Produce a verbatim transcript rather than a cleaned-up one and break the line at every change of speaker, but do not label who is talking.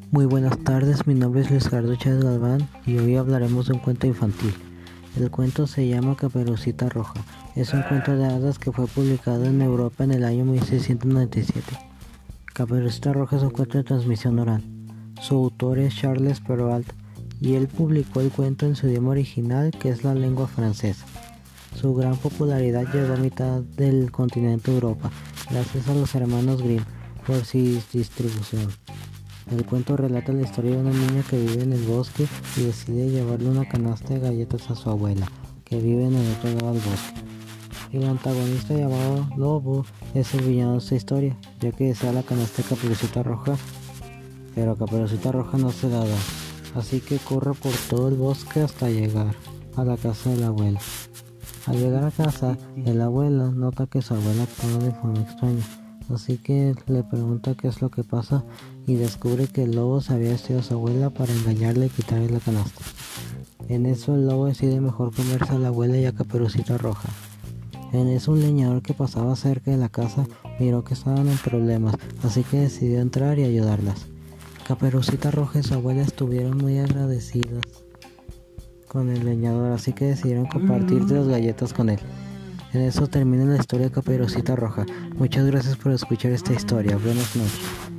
Muy buenas tardes, mi nombre es Luis Gerardo Chávez Galván y hoy hablaremos de un cuento infantil. El cuento se llama Caperucita Roja. Es un cuento de hadas que fue publicado en Europa en el año mil seiscientos noventa y siete. Caperucita Roja es un cuento de transmisión oral. Su autor es Charles Perrault y él publicó el cuento en su idioma original, que es la lengua francesa. Su gran popularidad llegó a mitad del continente Europa, gracias a los hermanos Grimm por su distribución. El cuento relata la historia de una niña que vive en el bosque y decide llevarle una canasta de galletas a su abuela, que vive en el otro lado del bosque. El antagonista, llamado Lobo, es el villano de esta historia, ya que desea la canasta de Caperucita Roja, pero Caperucita Roja no se la da, así que corre por todo el bosque hasta llegar a la casa de la abuela. Al llegar a casa, el abuelo nota que su abuela actúa de forma extraña, así que le pregunta qué es lo que pasa y descubre que el lobo se había vestido a su abuela para engañarle y quitarle la canasta. En eso el lobo decide mejor comerse a la abuela y a Caperucita Roja. En eso un leñador que pasaba cerca de la casa miró que estaban en problemas, así que decidió entrar y ayudarlas. Caperucita Roja y su abuela estuvieron muy agradecidas con el leñador, así que decidieron compartir de las galletas con él. En eso termina la historia de Caperucita Roja. Muchas gracias por escuchar esta historia. Buenas noches.